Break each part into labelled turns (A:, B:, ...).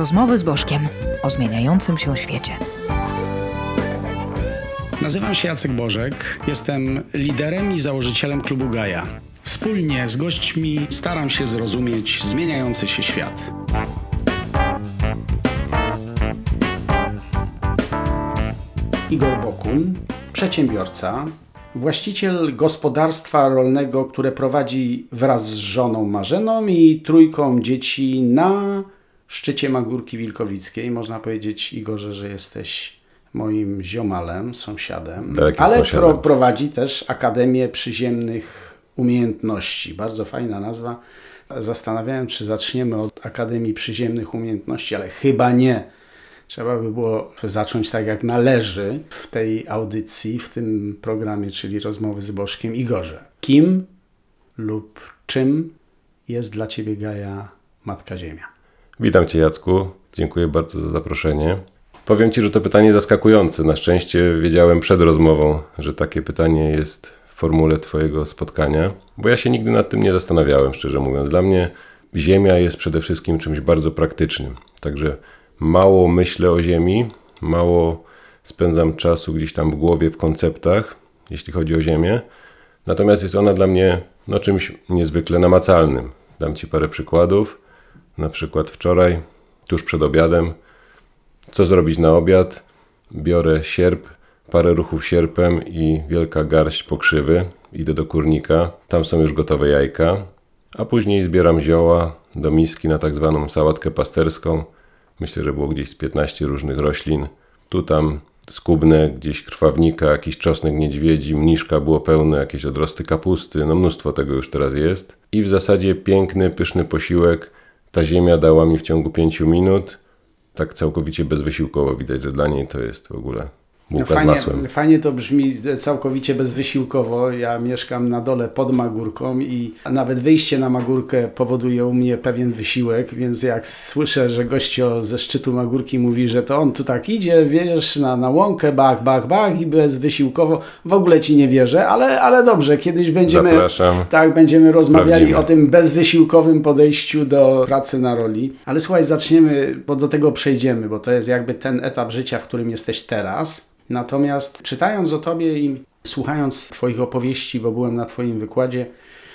A: Rozmowy z Bożkiem o zmieniającym się świecie.
B: Nazywam się Jacek Bożek, jestem liderem i założycielem klubu Gaia. Wspólnie z gośćmi staram się zrozumieć zmieniający się świat. Igor Bokun, przedsiębiorca, właściciel gospodarstwa rolnego, które prowadzi wraz z żoną Marzeną i trójką dzieci na szczycie Magórki Wilkowickiej. Można powiedzieć, Igorze, że jesteś moim ziomalem, sąsiadem, ale prowadzi też Akademię Przyziemnych Umiejętności. Bardzo fajna nazwa. Zastanawiałem, czy zaczniemy od Akademii Przyziemnych Umiejętności, ale chyba nie. Trzeba by było zacząć tak, jak należy w tej audycji, w tym programie, czyli Rozmowy z Bożkiem. Igorze, kim lub czym jest dla Ciebie Gaia Matka Ziemia?
C: Witam Cię, Jacku. Dziękuję bardzo za zaproszenie. Powiem Ci, że to pytanie zaskakujące. Na szczęście wiedziałem przed rozmową, że takie pytanie jest w formule Twojego spotkania, bo ja się nigdy nad tym nie zastanawiałem, szczerze mówiąc. Dla mnie Ziemia jest przede wszystkim czymś bardzo praktycznym. Także mało myślę o Ziemi, mało spędzam czasu gdzieś tam w głowie, w konceptach, jeśli chodzi o Ziemię. Natomiast jest ona dla mnie czymś niezwykle namacalnym. Dam Ci parę przykładów. Na przykład wczoraj, tuż przed obiadem, co zrobić na obiad? Biorę sierp, parę ruchów sierpem i wielka garść pokrzywy. Idę do kurnika, tam są już gotowe jajka, a później zbieram zioła do miski na tak zwaną sałatkę pasterską. Myślę, że było gdzieś z 15 różnych roślin. Tu tam skubnę gdzieś krwawnika, jakiś czosnek niedźwiedzi, mniszka było pełne, jakieś odrosty kapusty, mnóstwo tego już teraz jest. I w zasadzie piękny, pyszny posiłek ta ziemia dała mi w ciągu 5 minut. Tak całkowicie bezwysiłkowo widać, że dla niej to jest w ogóle bułka z masłem.
B: Fajnie to brzmi całkowicie bezwysiłkowo. Ja mieszkam na dole pod Magórką i nawet wyjście na Magórkę powoduje u mnie pewien wysiłek, więc jak słyszę, że gościo ze szczytu Magórki mówi, że to on tu tak idzie, wiesz, na łąkę, bach i bezwysiłkowo, w ogóle Ci nie wierzę, ale dobrze, kiedyś będziemy rozmawiali o tym bezwysiłkowym podejściu do pracy na roli. Ale słuchaj, zaczniemy, bo do tego przejdziemy, bo to jest jakby ten etap życia, w którym jesteś teraz. Natomiast czytając o Tobie i słuchając Twoich opowieści, bo byłem na Twoim wykładzie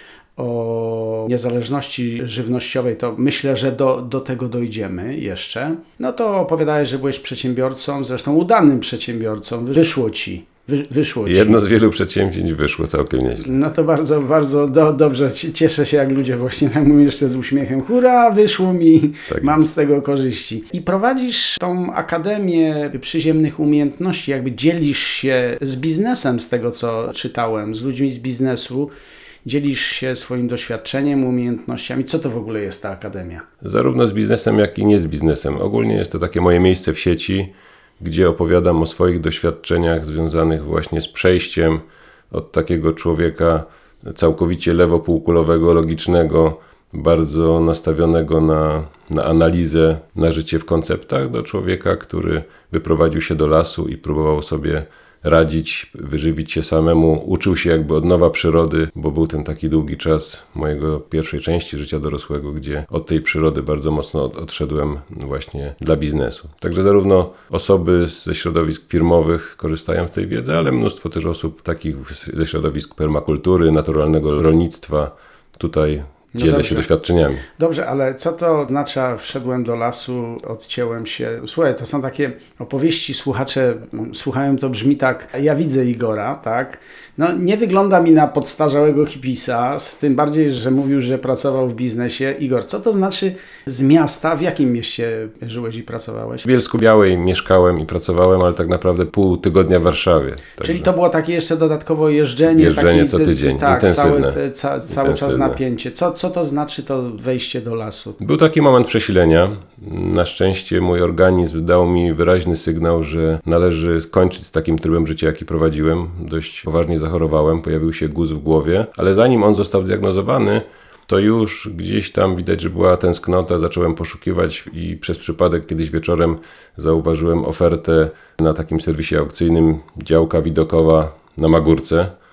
B: o niezależności żywnościowej, to myślę, że do tego dojdziemy jeszcze. No to opowiadałeś, że byłeś przedsiębiorcą, zresztą udanym przedsiębiorcą. Wyszło Ci.
C: Jedno z wielu przedsięwzięć wyszło całkiem nieźle.
B: No to bardzo, bardzo dobrze. Cieszę się, jak ludzie właśnie tak mówią jeszcze z uśmiechem. Hurra, wyszło mi, tak mam z tego korzyści. I prowadzisz tą Akademię Przyziemnych Umiejętności, jakby dzielisz się z biznesem, z tego co czytałem, z ludźmi z biznesu. Dzielisz się swoim doświadczeniem, umiejętnościami. Co to w ogóle jest ta Akademia?
C: Zarówno z biznesem, jak i nie z biznesem. Ogólnie jest to takie moje miejsce w sieci, gdzie opowiadam o swoich doświadczeniach związanych właśnie z przejściem od takiego człowieka całkowicie lewopółkulowego, logicznego, bardzo nastawionego na analizę, na życie w konceptach, do człowieka, który wyprowadził się do lasu i próbował sobie radzić, wyżywić się samemu, uczył się jakby od nowa przyrody, bo był ten taki długi czas mojego pierwszej części życia dorosłego, gdzie od tej przyrody bardzo mocno odszedłem właśnie dla biznesu. Także zarówno osoby ze środowisk firmowych korzystają z tej wiedzy, ale mnóstwo też osób takich ze środowisk permakultury, naturalnego rolnictwa tutaj dzielę się doświadczeniami.
B: Dobrze, ale co to oznacza wszedłem do lasu, odcięłem się? Słuchaj, to są takie opowieści, słuchacze słuchają, to brzmi tak, ja widzę Igora, tak? No nie wygląda mi na podstarzałego hipisa, z tym bardziej, że mówił, że pracował w biznesie. Igor, co to znaczy z miasta? W jakim mieście żyłeś i pracowałeś?
C: W Bielsku-Białej mieszkałem i pracowałem, ale tak naprawdę pół tygodnia w Warszawie.
B: Czyli to było takie jeszcze dodatkowo jeżdżenie
C: co tydzień,
B: tak,
C: intensywne.
B: Cały czas napięcie. Co to znaczy to wejście do lasu?
C: Był taki moment przesilenia. Na szczęście mój organizm dał mi wyraźny sygnał, że należy skończyć z takim trybem życia, jaki prowadziłem. Dość poważnie zachorowałem, pojawił się guz w głowie, ale zanim on został zdiagnozowany, to już gdzieś tam widać, że była tęsknota, zacząłem poszukiwać i przez przypadek kiedyś wieczorem zauważyłem ofertę na takim serwisie aukcyjnym, działka widokowa na Magórce.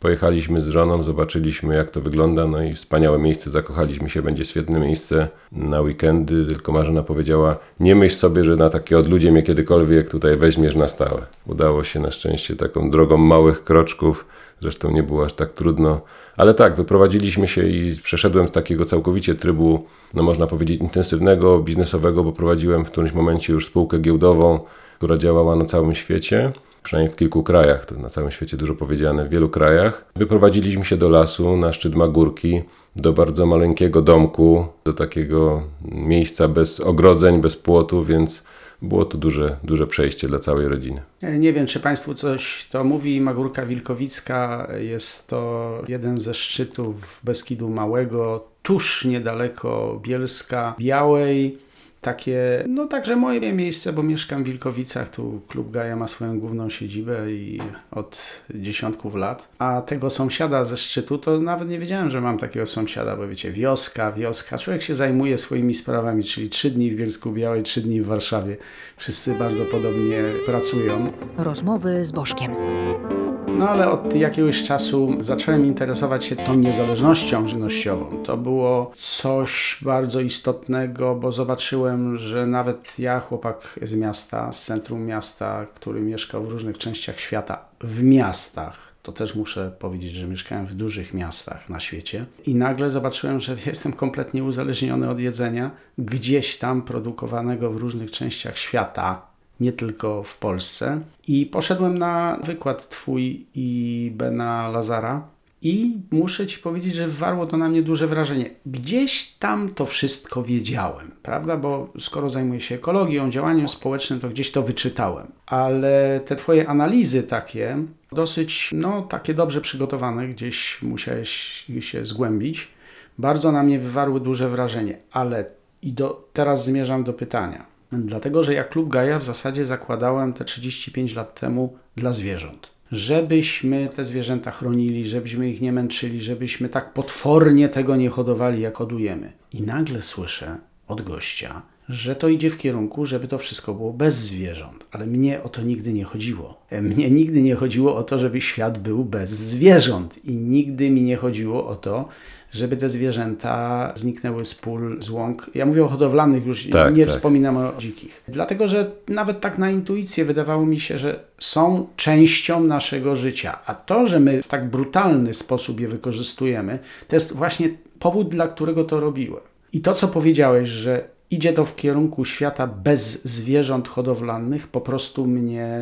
C: Pojechaliśmy z żoną, zobaczyliśmy jak to wygląda, no i wspaniałe miejsce, zakochaliśmy się, będzie świetne miejsce na weekendy, tylko Marzena powiedziała, nie myśl sobie, że na takie odludzie mnie kiedykolwiek tutaj weźmiesz na stałe. Udało się na szczęście taką drogą małych kroczków, zresztą nie było aż tak trudno, ale tak, wyprowadziliśmy się i przeszedłem z takiego całkowicie trybu, no można powiedzieć intensywnego, biznesowego, bo prowadziłem w którymś momencie już spółkę giełdową, która działała na całym świecie. Przynajmniej w kilku krajach, to na całym świecie dużo powiedziane, w wielu krajach. Wyprowadziliśmy się do lasu, na szczyt Magórki, do bardzo maleńkiego domku, do takiego miejsca bez ogrodzeń, bez płotu, więc było to duże przejście dla całej rodziny.
B: Nie wiem, czy Państwu coś to mówi. Magórka Wilkowicka jest to jeden ze szczytów Beskidu Małego, tuż niedaleko Bielska Białej. Takie, no także moje miejsce, bo mieszkam w Wilkowicach, tu Klub Gaja ma swoją główną siedzibę i od dziesiątków lat. A tego sąsiada ze szczytu, to nawet nie wiedziałem, że mam takiego sąsiada, bo wiecie, wioska. Człowiek się zajmuje swoimi sprawami, czyli 3 dni w Bielsku Białej, 3 dni w Warszawie. Wszyscy bardzo podobnie pracują.
A: Rozmowy z Bożkiem.
B: No ale od jakiegoś czasu zacząłem interesować się tą niezależnością żywnościową. To było coś bardzo istotnego, bo zobaczyłem, że nawet ja, chłopak z miasta, z centrum miasta, który mieszkał w różnych częściach świata, w miastach, to też muszę powiedzieć, że mieszkałem w dużych miastach na świecie i nagle zobaczyłem, że jestem kompletnie uzależniony od jedzenia gdzieś tam produkowanego w różnych częściach świata, nie tylko w Polsce. I poszedłem na wykład twój i Bena Lazara i muszę ci powiedzieć, że wywarło to na mnie duże wrażenie. Gdzieś tam to wszystko wiedziałem, prawda? Bo skoro zajmuję się ekologią, działaniem społecznym, to gdzieś to wyczytałem. Ale te twoje analizy takie, dosyć, takie dobrze przygotowane, gdzieś musiałeś się zgłębić, bardzo na mnie wywarły duże wrażenie. Ale teraz zmierzam do pytania. Dlatego, że ja Klub Gaja w zasadzie zakładałem te 35 lat temu dla zwierząt. Żebyśmy te zwierzęta chronili, żebyśmy ich nie męczyli, żebyśmy tak potwornie tego nie hodowali, jak hodujemy. I nagle słyszę od gościa, że to idzie w kierunku, żeby to wszystko było bez zwierząt. Ale mnie o to nigdy nie chodziło. Mnie nigdy nie chodziło o to, żeby świat był bez zwierząt. I nigdy mi nie chodziło o to, żeby te zwierzęta zniknęły z pól, z łąk. Ja mówię o hodowlanych, już nie wspominam o dzikich. Dlatego, że nawet tak na intuicję wydawało mi się, że są częścią naszego życia. A to, że my w tak brutalny sposób je wykorzystujemy, to jest właśnie powód, dla którego to robiłem. I to, co powiedziałeś, że idzie to w kierunku świata bez zwierząt hodowlanych, po prostu mnie,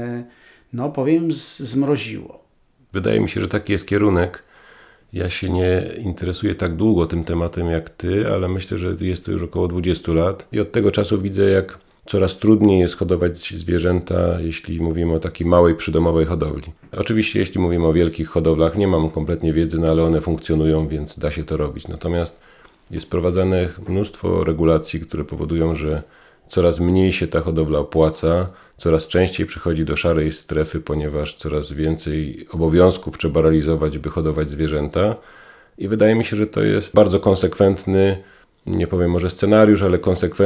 B: zmroziło.
C: Wydaje mi się, że taki jest kierunek. Ja się nie interesuję tak długo tym tematem jak ty, ale myślę, że jest to już około 20 lat i od tego czasu widzę, jak coraz trudniej jest hodować zwierzęta, jeśli mówimy o takiej małej przydomowej hodowli. Oczywiście jeśli mówimy o wielkich hodowlach, nie mam kompletnie wiedzy, ale one funkcjonują, więc da się to robić. Natomiast jest wprowadzane mnóstwo regulacji, które powodują, że coraz mniej się ta hodowla opłaca, coraz częściej przychodzi do szarej strefy, ponieważ coraz więcej obowiązków trzeba realizować, by hodować zwierzęta. I wydaje mi się, że to jest bardzo konsekwentny, nie powiem może scenariusz, ale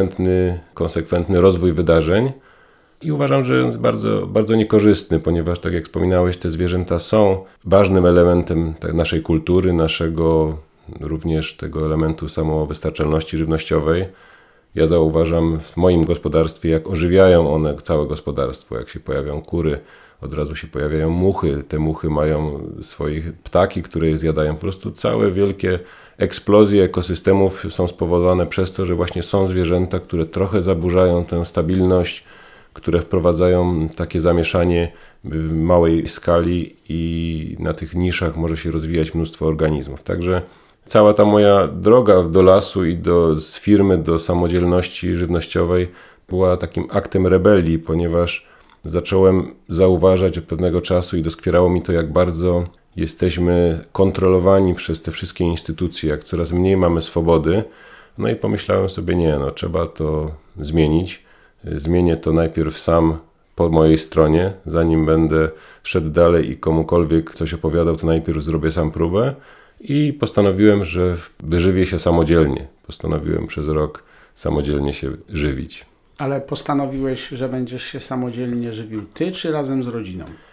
C: konsekwentny rozwój wydarzeń. I uważam, że jest bardzo, bardzo niekorzystny, ponieważ tak jak wspominałeś, te zwierzęta są ważnym elementem naszej kultury, naszego również tego elementu samowystarczalności żywnościowej. Ja zauważam w moim gospodarstwie, jak ożywiają one całe gospodarstwo. Jak się pojawią kury, od razu się pojawiają muchy. Te muchy mają swoje ptaki, które je zjadają. Po prostu całe wielkie eksplozje ekosystemów są spowodowane przez to, że właśnie są zwierzęta, które trochę zaburzają tę stabilność, które wprowadzają takie zamieszanie w małej skali i na tych niszach może się rozwijać mnóstwo organizmów. Także cała ta moja droga do lasu i z firmy do samodzielności żywnościowej była takim aktem rebelii, ponieważ zacząłem zauważać od pewnego czasu i doskwierało mi to, jak bardzo jesteśmy kontrolowani przez te wszystkie instytucje, jak coraz mniej mamy swobody. No i pomyślałem sobie, trzeba to zmienić. Zmienię to najpierw sam po mojej stronie, zanim będę szedł dalej i komukolwiek coś opowiadał, to najpierw zrobię sam próbę. I postanowiłem, że wyżywię się samodzielnie. Postanowiłem przez rok samodzielnie się żywić.
B: Ale postanowiłeś, że będziesz się samodzielnie żywił ty, czy razem z rodziną?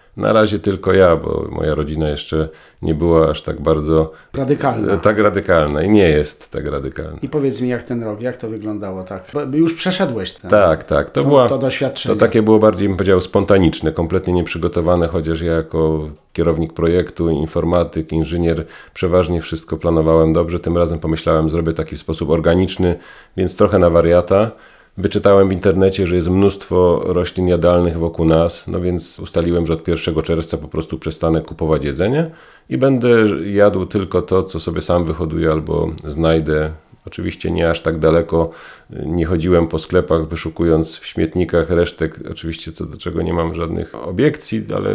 C: Na razie tylko ja, bo moja rodzina jeszcze nie była aż tak bardzo
B: Radykalna.
C: tak radykalna i nie jest tak radykalna.
B: I powiedz mi, jak ten rok, jak to wyglądało tak? Bo już przeszedłeś ten
C: Tak.
B: to doświadczenie.
C: To takie było bardziej, bym powiedział, spontaniczne, kompletnie nieprzygotowane, chociaż ja jako kierownik projektu, informatyk, inżynier, przeważnie wszystko planowałem dobrze. Tym razem pomyślałem, zrobię taki w sposób organiczny, więc trochę na wariata. Wyczytałem w internecie, że jest mnóstwo roślin jadalnych wokół nas, no więc ustaliłem, że od 1 czerwca po prostu przestanę kupować jedzenie i będę jadł tylko to, co sobie sam wyhoduję albo znajdę. Oczywiście nie aż tak daleko, nie chodziłem po sklepach wyszukując w śmietnikach resztek, oczywiście co do czego nie mam żadnych obiekcji, ale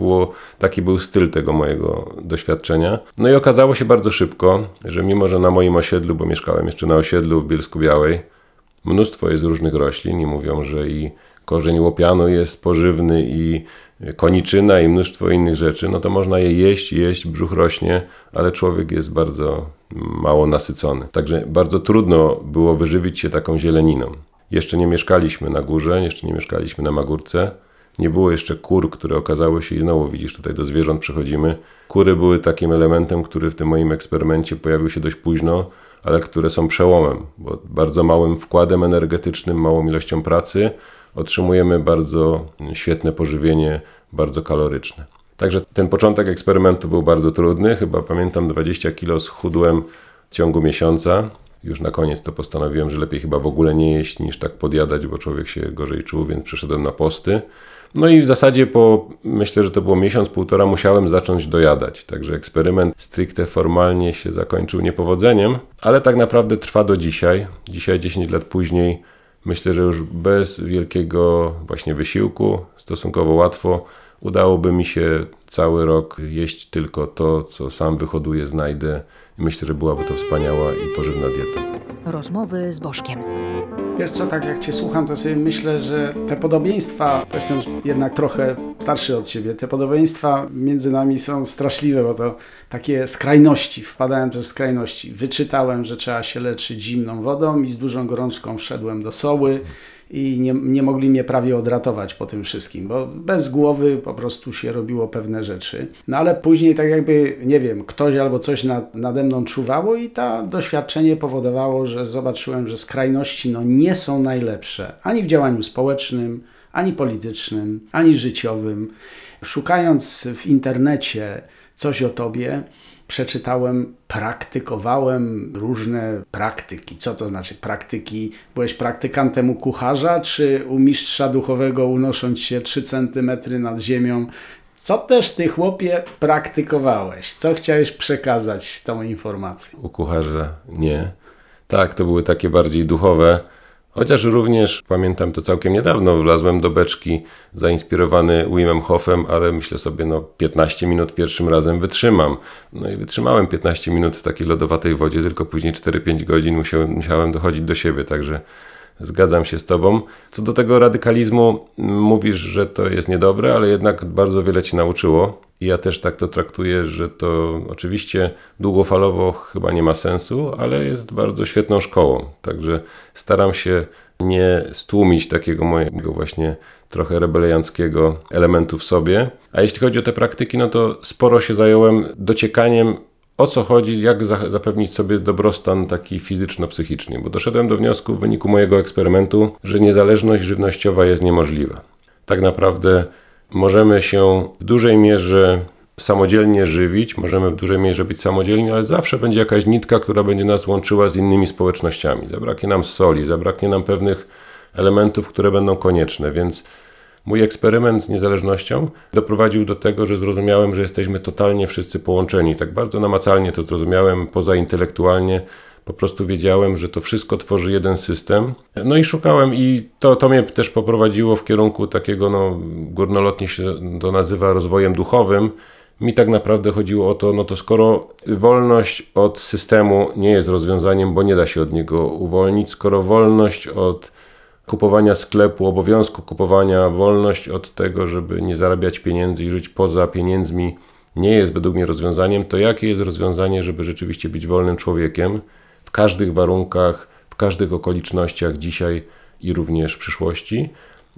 C: taki był styl tego mojego doświadczenia. No i okazało się bardzo szybko, że mimo, że na moim osiedlu, bo mieszkałem jeszcze na osiedlu w Bielsku-Białej, mnóstwo jest różnych roślin i mówią, że i korzeń łopianu jest pożywny i koniczyna i mnóstwo innych rzeczy, no to można je jeść, brzuch rośnie, ale człowiek jest bardzo mało nasycony. Także bardzo trudno było wyżywić się taką zieleniną. Jeszcze nie mieszkaliśmy na górze, jeszcze nie mieszkaliśmy na Magórce. Nie było jeszcze kur, które okazały się, i znowu widzisz, tutaj do zwierząt przechodzimy. Kury były takim elementem, który w tym moim eksperymencie pojawił się dość późno, ale które są przełomem, bo bardzo małym wkładem energetycznym, małą ilością pracy otrzymujemy bardzo świetne pożywienie, bardzo kaloryczne. Także ten początek eksperymentu był bardzo trudny. Chyba pamiętam 20 kilo schudłem w ciągu miesiąca. Już na koniec to postanowiłem, że lepiej chyba w ogóle nie jeść niż tak podjadać, bo człowiek się gorzej czuł, więc przeszedłem na posty. No i w zasadzie myślę, że to było miesiąc, półtora, musiałem zacząć dojadać. Także eksperyment stricte formalnie się zakończył niepowodzeniem, ale tak naprawdę trwa do dzisiaj. Dzisiaj, 10 lat później, myślę, że już bez wielkiego właśnie wysiłku, stosunkowo łatwo, udałoby mi się cały rok jeść tylko to, co sam wyhoduję, znajdę. I myślę, że byłaby to wspaniała i pożywna dieta.
A: Rozmowy z Bożkiem.
B: Wiesz co, tak jak Cię słucham, to sobie myślę, że te podobieństwa, bo jestem jednak trochę starszy od Ciebie, te podobieństwa między nami są straszliwe, bo to takie skrajności, wpadałem też w skrajności. Wyczytałem, że trzeba się leczyć zimną wodą i z dużą gorączką wszedłem do Soły i nie mogli mnie prawie odratować po tym wszystkim, bo bez głowy po prostu się robiło pewne rzeczy. No ale później tak jakby, nie wiem, ktoś albo coś nade mną czuwało i to doświadczenie powodowało, że zobaczyłem, że skrajności nie są najlepsze ani w działaniu społecznym, ani politycznym, ani życiowym. Szukając w internecie coś o Tobie, przeczytałem, praktykowałem różne praktyki. Co to znaczy praktyki? Byłeś praktykantem u kucharza, czy u mistrza duchowego unosząc się 3 centymetry nad ziemią? Co też Ty, chłopie, praktykowałeś? Co chciałeś przekazać tą informacją?
C: U kucharza nie. Tak, to były takie bardziej duchowe. Chociaż również, pamiętam to całkiem niedawno, wlazłem do beczki zainspirowany Wimem Hofem, ale myślę sobie, 15 minut pierwszym razem wytrzymam. No i wytrzymałem 15 minut w takiej lodowatej wodzie, tylko później 4-5 godzin musiałem dochodzić do siebie, także zgadzam się z Tobą. Co do tego radykalizmu, mówisz, że to jest niedobre, ale jednak bardzo wiele Ci nauczyło. I ja też tak to traktuję, że to oczywiście długofalowo chyba nie ma sensu, ale jest bardzo świetną szkołą. Także staram się nie stłumić takiego mojego właśnie trochę rebelianckiego elementu w sobie. A jeśli chodzi o te praktyki, to sporo się zająłem dociekaniem, o co chodzi, jak zapewnić sobie dobrostan taki fizyczno-psychiczny. Bo doszedłem do wniosku w wyniku mojego eksperymentu, że niezależność żywnościowa jest niemożliwa. Tak naprawdę możemy się w dużej mierze samodzielnie żywić, możemy w dużej mierze być samodzielni, ale zawsze będzie jakaś nitka, która będzie nas łączyła z innymi społecznościami. Zabraknie nam soli, zabraknie nam pewnych elementów, które będą konieczne, więc mój eksperyment z niezależnością doprowadził do tego, że zrozumiałem, że jesteśmy totalnie wszyscy połączeni. Tak bardzo namacalnie to zrozumiałem, pozaintelektualnie. Po prostu wiedziałem, że to wszystko tworzy jeden system. No i szukałem i to mnie też poprowadziło w kierunku takiego, górnolotnie się to nazywa rozwojem duchowym. Mi tak naprawdę chodziło o to, skoro wolność od systemu nie jest rozwiązaniem, bo nie da się od niego uwolnić, skoro wolność od kupowania sklepu, obowiązku kupowania, wolność od tego, żeby nie zarabiać pieniędzy i żyć poza pieniędzmi nie jest według mnie rozwiązaniem, to jakie jest rozwiązanie, żeby rzeczywiście być wolnym człowiekiem w każdych warunkach, w każdych okolicznościach dzisiaj i również w przyszłości?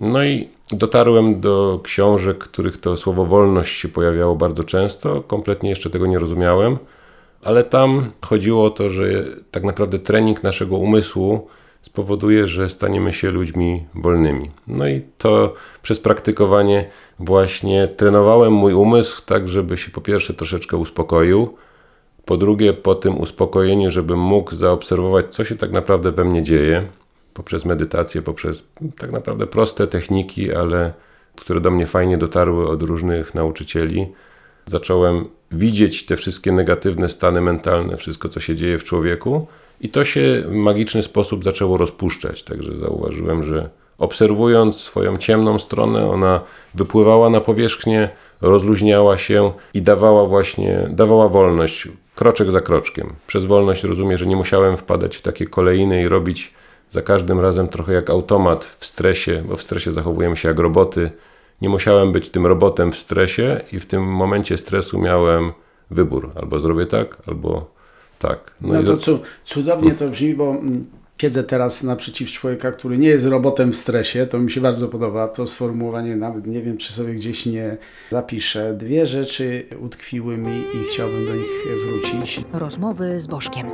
C: No i dotarłem do książek, których to słowo wolność się pojawiało bardzo często. Kompletnie jeszcze tego nie rozumiałem, ale tam chodziło o to, że tak naprawdę trening naszego umysłu spowoduje, że staniemy się ludźmi wolnymi. No i to przez praktykowanie właśnie trenowałem mój umysł tak, żeby się po pierwsze troszeczkę uspokoił, po drugie po tym uspokojeniu, żebym mógł zaobserwować, co się tak naprawdę we mnie dzieje, poprzez medytację, poprzez tak naprawdę proste techniki, ale które do mnie fajnie dotarły od różnych nauczycieli. Zacząłem widzieć te wszystkie negatywne stany mentalne, wszystko co się dzieje w człowieku i to się w magiczny sposób zaczęło rozpuszczać. Także zauważyłem, że obserwując swoją ciemną stronę, ona wypływała na powierzchnię, rozluźniała się i dawała wolność, kroczek za kroczkiem. Przez wolność rozumiem, że nie musiałem wpadać w takie kolejny i robić za każdym razem trochę jak automat w stresie, bo w stresie zachowujemy się jak roboty. Nie musiałem być tym robotem w stresie i w tym momencie stresu miałem wybór. Albo zrobię tak, albo tak.
B: No to cudownie to brzmi, bo siedzę teraz naprzeciw człowieka, który nie jest robotem w stresie. To mi się bardzo podoba. To sformułowanie nawet nie wiem, czy sobie gdzieś nie zapiszę. 2 rzeczy utkwiły mi i chciałbym do nich wrócić.
A: Rozmowy z Bożkiem.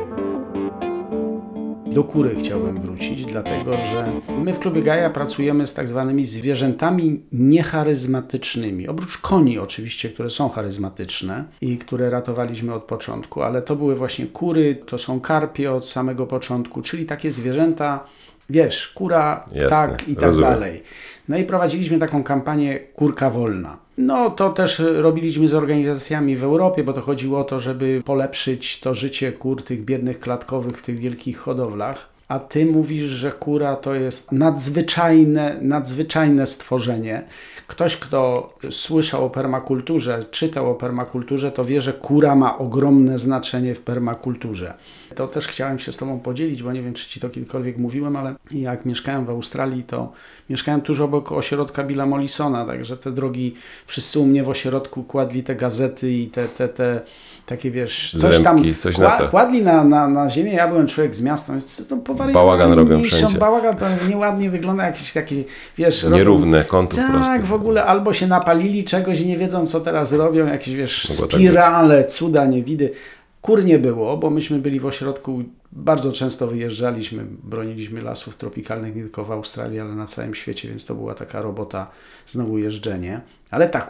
B: Do kury chciałbym wrócić, dlatego że my w Klubie Gaja pracujemy z tak zwanymi zwierzętami niecharyzmatycznymi. Oprócz koni oczywiście, które są charyzmatyczne i które ratowaliśmy od początku, ale to były właśnie kury, to są karpie od samego początku, czyli takie zwierzęta, wiesz, kura, ptak i tak dalej. No i prowadziliśmy taką kampanię Kurka Wolna. No to też robiliśmy z organizacjami w Europie, bo to chodziło o to, żeby polepszyć to życie kur, tych biednych klatkowych w tych wielkich hodowlach. A ty mówisz, że kura to jest nadzwyczajne stworzenie. Ktoś, kto słyszał o permakulturze, czytał o permakulturze, to wie, że kura ma ogromne znaczenie w permakulturze. To też chciałem się z tobą podzielić, bo nie wiem, czy ci to kiedykolwiek mówiłem, ale jak mieszkałem w Australii, to mieszkałem tuż obok ośrodka Billa Mollisona, także te drogi, wszyscy u mnie w ośrodku kładli te gazety i te takie, wiesz, coś tam kładli na ziemię. Ja byłem człowiek z miasta, więc to
C: bałagan robią wszędzie.
B: Bałagan to nieładnie wygląda, jakieś takie, wiesz...
C: Nierówne, kątów prostych.
B: Tak, w ogóle albo się napalili czegoś i nie wiedzą, co teraz robią, jakieś, wiesz, spirale, cuda, niewidy. Kur nie było, bo myśmy byli w ośrodku, bardzo często wyjeżdżaliśmy, broniliśmy lasów tropikalnych nie tylko w Australii, ale na całym świecie, więc to była taka robota, znowu jeżdżenie. Ale ta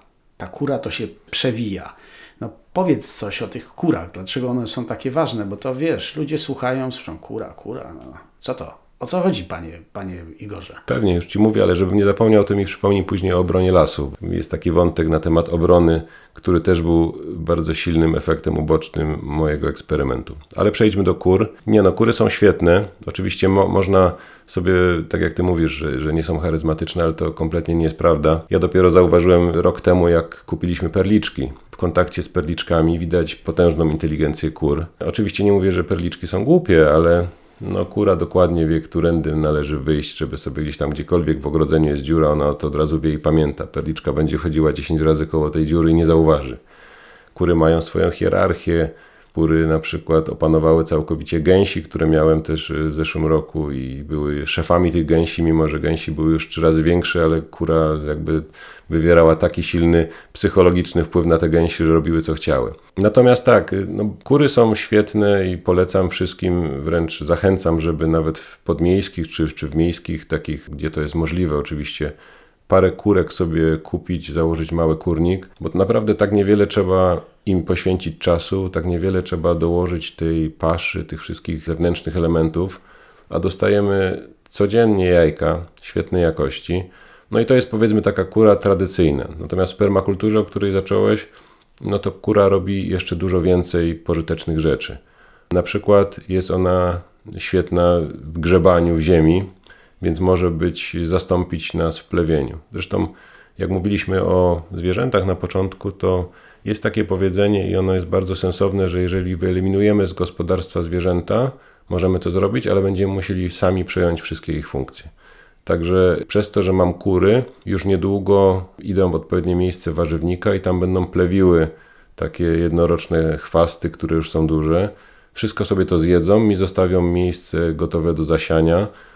B: kura to się przewija. No powiedz coś o tych kurach, dlaczego one są takie ważne, bo to wiesz, ludzie słuchają, słyszą kura, no, co to? O co chodzi, panie Igorze?
C: Pewnie, już ci mówię, ale żebym nie zapomniał, to mi przypomnij później o obronie lasu. Jest taki wątek na temat obrony, który też był bardzo silnym efektem ubocznym mojego eksperymentu. Ale przejdźmy do kur. Kury są świetne. Oczywiście można sobie, tak jak ty mówisz, że nie są charyzmatyczne, ale to kompletnie nie jest prawda. Ja dopiero zauważyłem rok temu, jak kupiliśmy perliczki. W kontakcie z perliczkami widać potężną inteligencję kur. Oczywiście nie mówię, że perliczki są głupie, ale kura dokładnie wie, którędy należy wyjść, żeby sobie gdzieś tam gdziekolwiek w ogrodzeniu jest dziura, ona to od razu wie i pamięta. Perliczka będzie chodziła 10 razy koło tej dziury i nie zauważy. Kury mają swoją hierarchię. Kury na przykład opanowały całkowicie gęsi, które miałem też w zeszłym roku i były szefami tych gęsi, mimo że gęsi były już 3 razy większe, ale kura jakby wywierała taki silny psychologiczny wpływ na te gęsi, że robiły co chciały. Natomiast tak, kury są świetne i polecam wszystkim, wręcz zachęcam, żeby nawet w podmiejskich czy w miejskich, takich, gdzie to jest możliwe oczywiście, parę kurek sobie kupić, założyć mały kurnik, bo naprawdę tak niewiele trzeba im poświęcić czasu, tak niewiele trzeba dołożyć tej paszy, tych wszystkich zewnętrznych elementów, a dostajemy codziennie jajka świetnej jakości. No i to jest powiedzmy taka kura tradycyjna. Natomiast w permakulturze, o której zacząłeś, to kura robi jeszcze dużo więcej pożytecznych rzeczy. Na przykład jest ona świetna w grzebaniu w ziemi, więc może zastąpić nas w plewieniu. Zresztą jak mówiliśmy o zwierzętach na początku, to jest takie powiedzenie i ono jest bardzo sensowne, że jeżeli wyeliminujemy z gospodarstwa zwierzęta, możemy to zrobić, ale będziemy musieli sami przejąć wszystkie ich funkcje. Także przez to, że mam kury, już niedługo idę w odpowiednie miejsce warzywnika i tam będą plewiły takie jednoroczne chwasty, które już są duże. Wszystko sobie to zjedzą, mi zostawią miejsce gotowe do zasiania,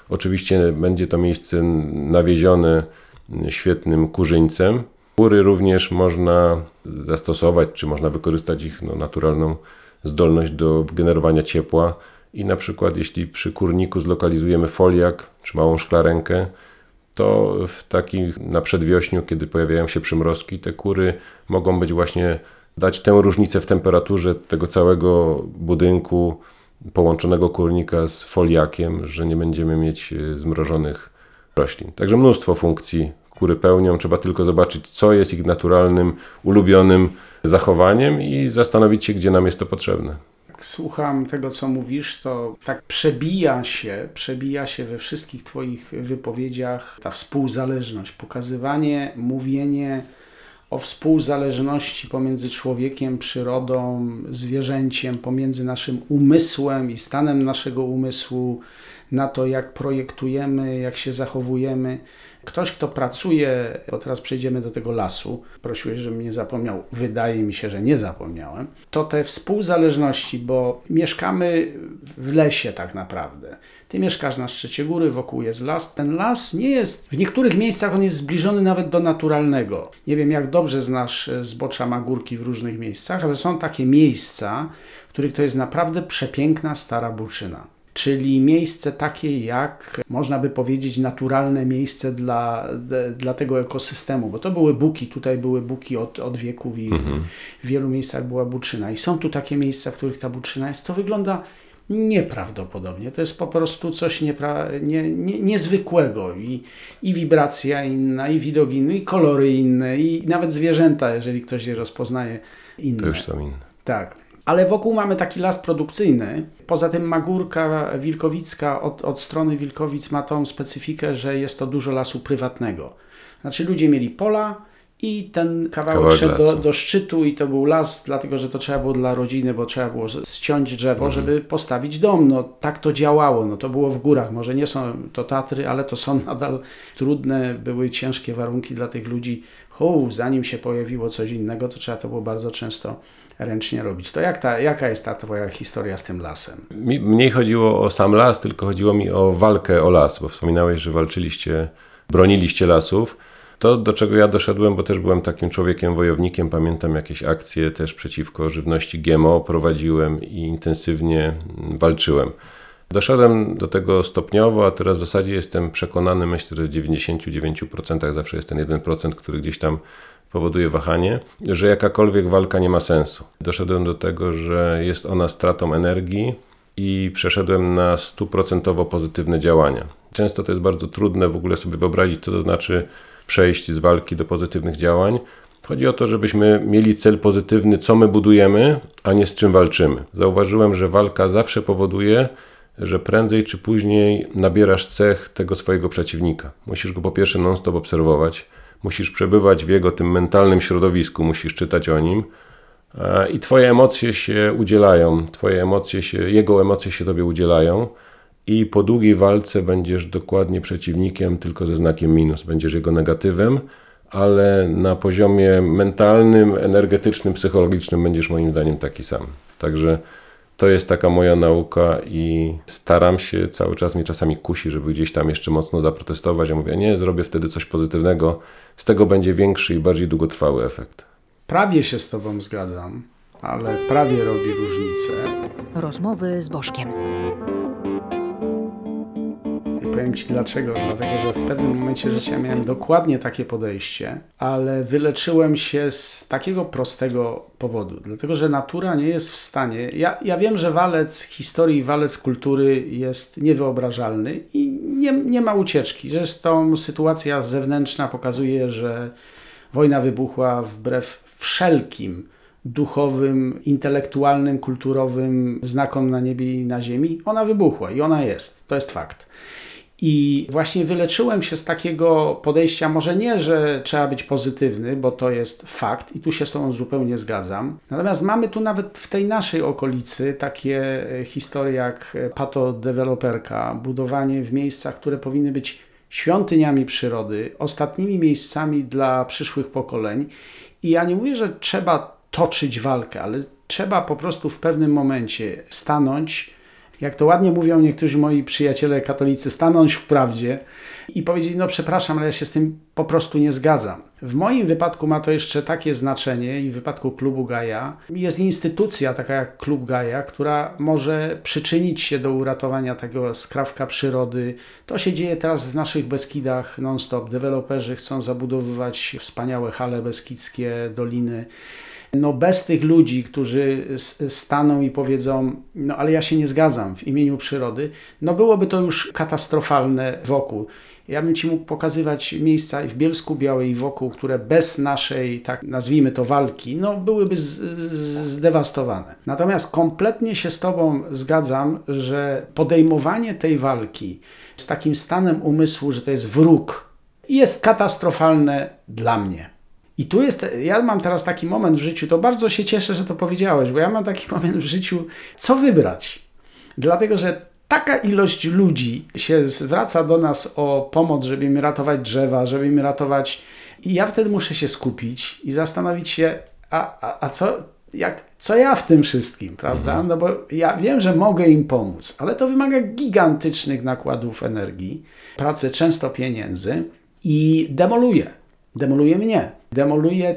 C: Oczywiście będzie to miejsce nawiezione świetnym kurzyńcem. Kury również można zastosować, czy można wykorzystać ich naturalną zdolność do generowania ciepła i na przykład jeśli przy kurniku zlokalizujemy foliak czy małą szklarenkę, to na przedwiośniu, kiedy pojawiają się przymrozki, te kury mogą być właśnie dać tę różnicę w temperaturze tego całego budynku połączonego kurnika z foliakiem, że nie będziemy mieć zmrożonych roślin. Także mnóstwo funkcji kury pełnią, trzeba tylko zobaczyć, co jest ich naturalnym, ulubionym zachowaniem i zastanowić się, gdzie nam jest to potrzebne.
B: Jak słucham tego, co mówisz, to tak przebija się we wszystkich Twoich wypowiedziach ta współzależność, pokazywanie, mówienie o współzależności pomiędzy człowiekiem, przyrodą, zwierzęciem, pomiędzy naszym umysłem i stanem naszego umysłu, na to, jak projektujemy, jak się zachowujemy. Ktoś, kto pracuje, bo teraz przejdziemy do tego lasu, prosiłeś, żebym nie zapomniał, wydaje mi się, że nie zapomniałem, to te współzależności, bo mieszkamy w lesie tak naprawdę. Ty mieszkasz na szczycie góry, wokół jest las. Ten las nie jest, w niektórych miejscach on jest zbliżony nawet do naturalnego. Nie wiem, jak dobrze znasz zbocza Magórki w różnych miejscach, ale są takie miejsca, w których to jest naprawdę przepiękna stara buczyna. Czyli miejsce takie jak, można by powiedzieć, naturalne miejsce dla tego ekosystemu, bo to były buki, tutaj były buki od wieków i w wielu miejscach była buczyna. I są tu takie miejsca, w których ta buczyna jest, to wygląda nieprawdopodobnie. To jest po prostu coś niezwykłego i wibracja inna, i widok inny, i kolory inne, i nawet zwierzęta, jeżeli ktoś je rozpoznaje, inne.
C: To już są inne.
B: Tak. Ale wokół mamy taki las produkcyjny. Poza tym Magórka Wilkowicka od strony Wilkowic ma tą specyfikę, że jest to dużo lasu prywatnego. Znaczy ludzie mieli pola i ten kawałek szedł do szczytu i to był las, dlatego że to trzeba było dla rodziny, bo trzeba było ściąć drzewo, żeby postawić dom. No tak to działało, no to było w górach. Może nie są to Tatry, ale to są nadal trudne, były ciężkie warunki dla tych ludzi. Zanim się pojawiło coś innego, to trzeba to było bardzo często ręcznie robić. To jaka jest ta twoja historia z tym lasem?
C: Mniej chodziło o sam las, tylko chodziło mi o walkę o las, bo wspominałeś, że broniliście lasów. To, do czego ja doszedłem, bo też byłem takim człowiekiem wojownikiem, pamiętam jakieś akcje też przeciwko żywności GMO prowadziłem i intensywnie walczyłem. Doszedłem do tego stopniowo, a teraz w zasadzie jestem przekonany, myślę, że w 99% zawsze jest ten 1%, który gdzieś tam powoduje wahanie, że jakakolwiek walka nie ma sensu. Doszedłem do tego, że jest ona stratą energii i przeszedłem na 100% pozytywne działania. Często to jest bardzo trudne w ogóle sobie wyobrazić, co to znaczy przejść z walki do pozytywnych działań. Chodzi o to, żebyśmy mieli cel pozytywny, co my budujemy, a nie z czym walczymy. Zauważyłem, że walka zawsze powoduje, że prędzej czy później nabierasz cech tego swojego przeciwnika. Musisz go po pierwsze non-stop obserwować, musisz przebywać w jego tym mentalnym środowisku, musisz czytać o nim i twoje emocje się udzielają, jego emocje się tobie udzielają i po długiej walce będziesz dokładnie przeciwnikiem, tylko ze znakiem minus. Będziesz jego negatywem, ale na poziomie mentalnym, energetycznym, psychologicznym będziesz moim zdaniem taki sam. Także to jest taka moja nauka i staram się, cały czas mnie czasami kusi, żeby gdzieś tam jeszcze mocno zaprotestować. Ja mówię, nie, zrobię wtedy coś pozytywnego, z tego będzie większy i bardziej długotrwały efekt.
B: Prawie się z tobą zgadzam, ale prawie robi różnicę.
A: Rozmowy z Bożkiem.
B: I powiem ci dlaczego. Dlatego, że w pewnym momencie życia miałem dokładnie takie podejście, ale wyleczyłem się z takiego prostego powodu. Dlatego, że natura nie jest w stanie... Ja wiem, że walec historii, walec kultury jest niewyobrażalny i nie ma ucieczki. Zresztą sytuacja zewnętrzna pokazuje, że wojna wybuchła wbrew wszelkim duchowym, intelektualnym, kulturowym znakom na niebie i na ziemi. Ona wybuchła i ona jest. To jest fakt. I właśnie wyleczyłem się z takiego podejścia, może nie, że trzeba być pozytywny, bo to jest fakt i tu się z tobą zupełnie zgadzam. Natomiast mamy tu nawet w tej naszej okolicy takie historie jak patodeweloperka, budowanie w miejscach, które powinny być świątyniami przyrody, ostatnimi miejscami dla przyszłych pokoleń. I ja nie mówię, że trzeba toczyć walkę, ale trzeba po prostu w pewnym momencie stanąć. jak to ładnie mówią niektórzy moi przyjaciele katolicy, stanąć w prawdzie i powiedzieć, no przepraszam, ale ja się z tym po prostu nie zgadzam. W moim wypadku ma to jeszcze takie znaczenie i w wypadku Klubu Gaja jest instytucja taka jak Klub Gaja, która może przyczynić się do uratowania tego skrawka przyrody. To się dzieje teraz w naszych Beskidach non-stop. Deweloperzy chcą zabudowywać wspaniałe hale beskidzkie, doliny. No bez tych ludzi, którzy staną i powiedzą, no ale ja się nie zgadzam w imieniu przyrody, no byłoby to już katastrofalne wokół. Ja bym Ci mógł pokazywać miejsca i w Bielsku Białej i wokół, które bez naszej, tak nazwijmy to, walki, no byłyby zdewastowane. Natomiast kompletnie się z Tobą zgadzam, że podejmowanie tej walki z takim stanem umysłu, że to jest wróg, jest katastrofalne dla mnie. I tu jest, ja mam teraz taki moment w życiu, to bardzo się cieszę, że to powiedziałeś, bo ja mam taki moment w życiu, co wybrać. Dlatego, że taka ilość ludzi się zwraca do nas o pomoc, żeby im ratować drzewa, żeby im ratować... I ja wtedy muszę się skupić i zastanowić się, a co ja w tym wszystkim, prawda? No bo ja wiem, że mogę im pomóc, ale to wymaga gigantycznych nakładów energii, pracy, często pieniędzy i demoluje mnie. Demoluje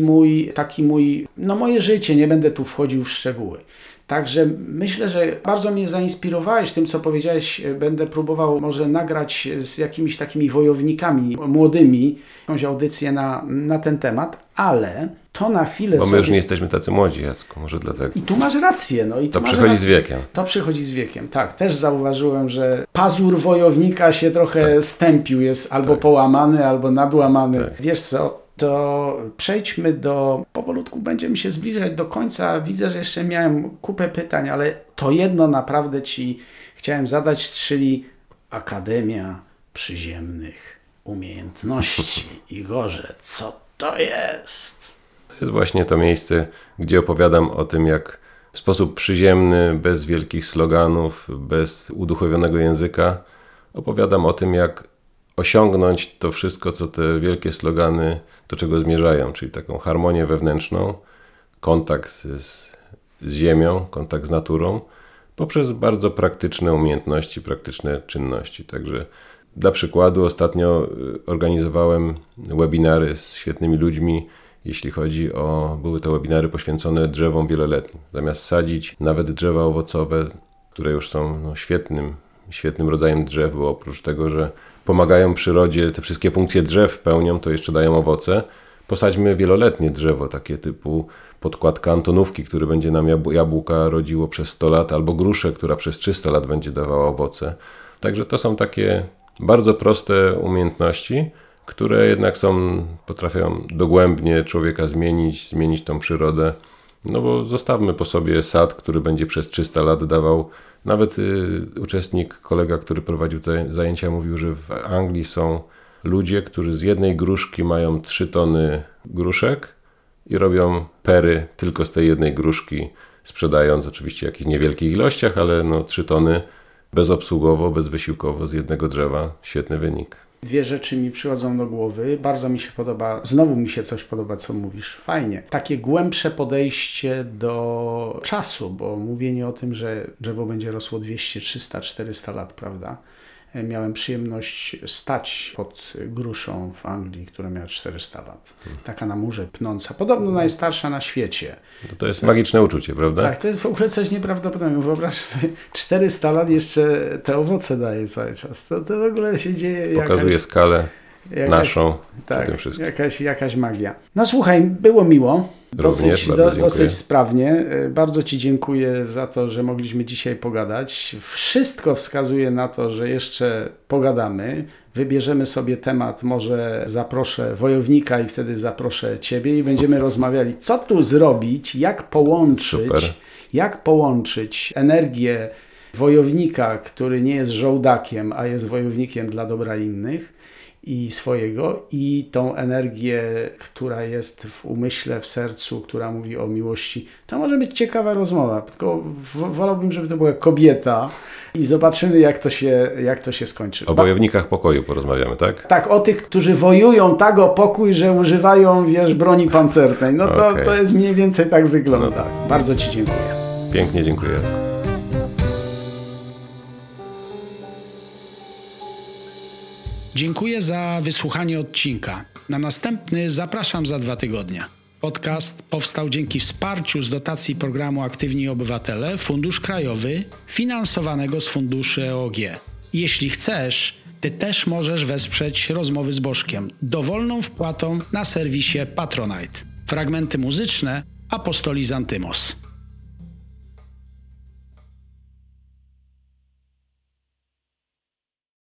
B: moje życie, nie będę tu wchodził w szczegóły. Także myślę, że bardzo mnie zainspirowałeś tym, co powiedziałeś. Będę próbował może nagrać z jakimiś takimi wojownikami młodymi jakąś audycję na ten temat, ale to na chwilę
C: Bo my już nie jesteśmy tacy młodzi, Jacku, może dlatego.
B: I tu masz rację. No, i
C: to przychodzi z wiekiem.
B: To przychodzi z wiekiem, tak. Też zauważyłem, że pazur wojownika się trochę stępił, jest albo połamany, albo nadłamany. Tak. Wiesz co? To przejdźmy powolutku będziemy się zbliżać do końca. Widzę, że jeszcze miałem kupę pytań, ale to jedno naprawdę Ci chciałem zadać, czyli Akademia Przyziemnych Umiejętności. Igorze, co to jest?
C: To jest właśnie to miejsce, gdzie opowiadam o tym, jak w sposób przyziemny, bez wielkich sloganów, bez uduchowionego języka, opowiadam o tym, jak osiągnąć to wszystko, co te wielkie slogany, do czego zmierzają, czyli taką harmonię wewnętrzną, kontakt z ziemią, kontakt z naturą, poprzez bardzo praktyczne umiejętności, praktyczne czynności. Także dla przykładu ostatnio organizowałem webinary z świetnymi ludźmi, jeśli chodzi były to webinary poświęcone drzewom wieloletnim. Zamiast sadzić nawet drzewa owocowe, które już są świetnym rodzajem drzew, bo oprócz tego, że pomagają przyrodzie, te wszystkie funkcje drzew pełnią, to jeszcze dają owoce. Posadźmy wieloletnie drzewo, takie typu podkładka Antonówki, które będzie nam jabłka rodziło przez 100 lat, albo gruszę, która przez 300 lat będzie dawała owoce. Także to są takie bardzo proste umiejętności, które jednak potrafią dogłębnie człowieka zmienić tą przyrodę. No bo zostawmy po sobie sad, który będzie przez 300 lat dawał. Nawet kolega, który prowadził zajęcia, mówił, że w Anglii są ludzie, którzy z jednej gruszki mają 3 tony gruszek i robią pery tylko z tej jednej gruszki, sprzedając oczywiście w jakichś niewielkich ilościach, ale 3 tony bezobsługowo, bezwysiłkowo z jednego drzewa. Świetny wynik.
B: 2 rzeczy mi przychodzą do głowy. Bardzo mi się podoba, znowu mi się coś podoba, co mówisz. Fajnie. Takie głębsze podejście do czasu, bo mówienie o tym, że drzewo będzie rosło 200, 300, 400 lat, prawda? Miałem przyjemność stać pod gruszą w Anglii, która miała 400 lat. Taka na murze pnąca. Podobno najstarsza na świecie.
C: To jest magiczne uczucie, prawda?
B: Tak, to jest w ogóle coś nieprawdopodobnego. Wyobraź sobie, 400 lat jeszcze te owoce daje cały czas. To w ogóle się dzieje.
C: Pokazuje skalę naszą
B: tak,
C: tym wszystkim.
B: Jakaś magia. No słuchaj, było miło. Dosyć sprawnie. Bardzo Ci dziękuję za to, że mogliśmy dzisiaj pogadać. Wszystko wskazuje na to, że jeszcze pogadamy. Wybierzemy sobie temat, może zaproszę wojownika i wtedy zaproszę Ciebie i będziemy rozmawiali, co tu zrobić, jak połączyć energię wojownika, który nie jest żołdakiem, a jest wojownikiem dla dobra innych, i swojego, i tą energię, która jest w umyśle, w sercu, która mówi o miłości. To może być ciekawa rozmowa, tylko wolałbym, żeby to była kobieta i zobaczymy, jak to się skończy.
C: O wojownikach pokoju porozmawiamy, tak?
B: Tak, o tych, którzy wojują tak o pokój, że używają, broni pancernej. No to jest mniej więcej tak wygląda. Bardzo Ci dziękuję.
C: Pięknie dziękuję, Jacku.
B: Dziękuję za wysłuchanie odcinka. Na następny zapraszam za 2 tygodnie. Podcast powstał dzięki wsparciu z dotacji programu Aktywni Obywatele, Fundusz Krajowy, finansowanego z funduszy EOG. Jeśli chcesz, Ty też możesz wesprzeć Rozmowy z Bożkiem dowolną wpłatą na serwisie Patronite. Fragmenty muzyczne Apostoli Zantymos.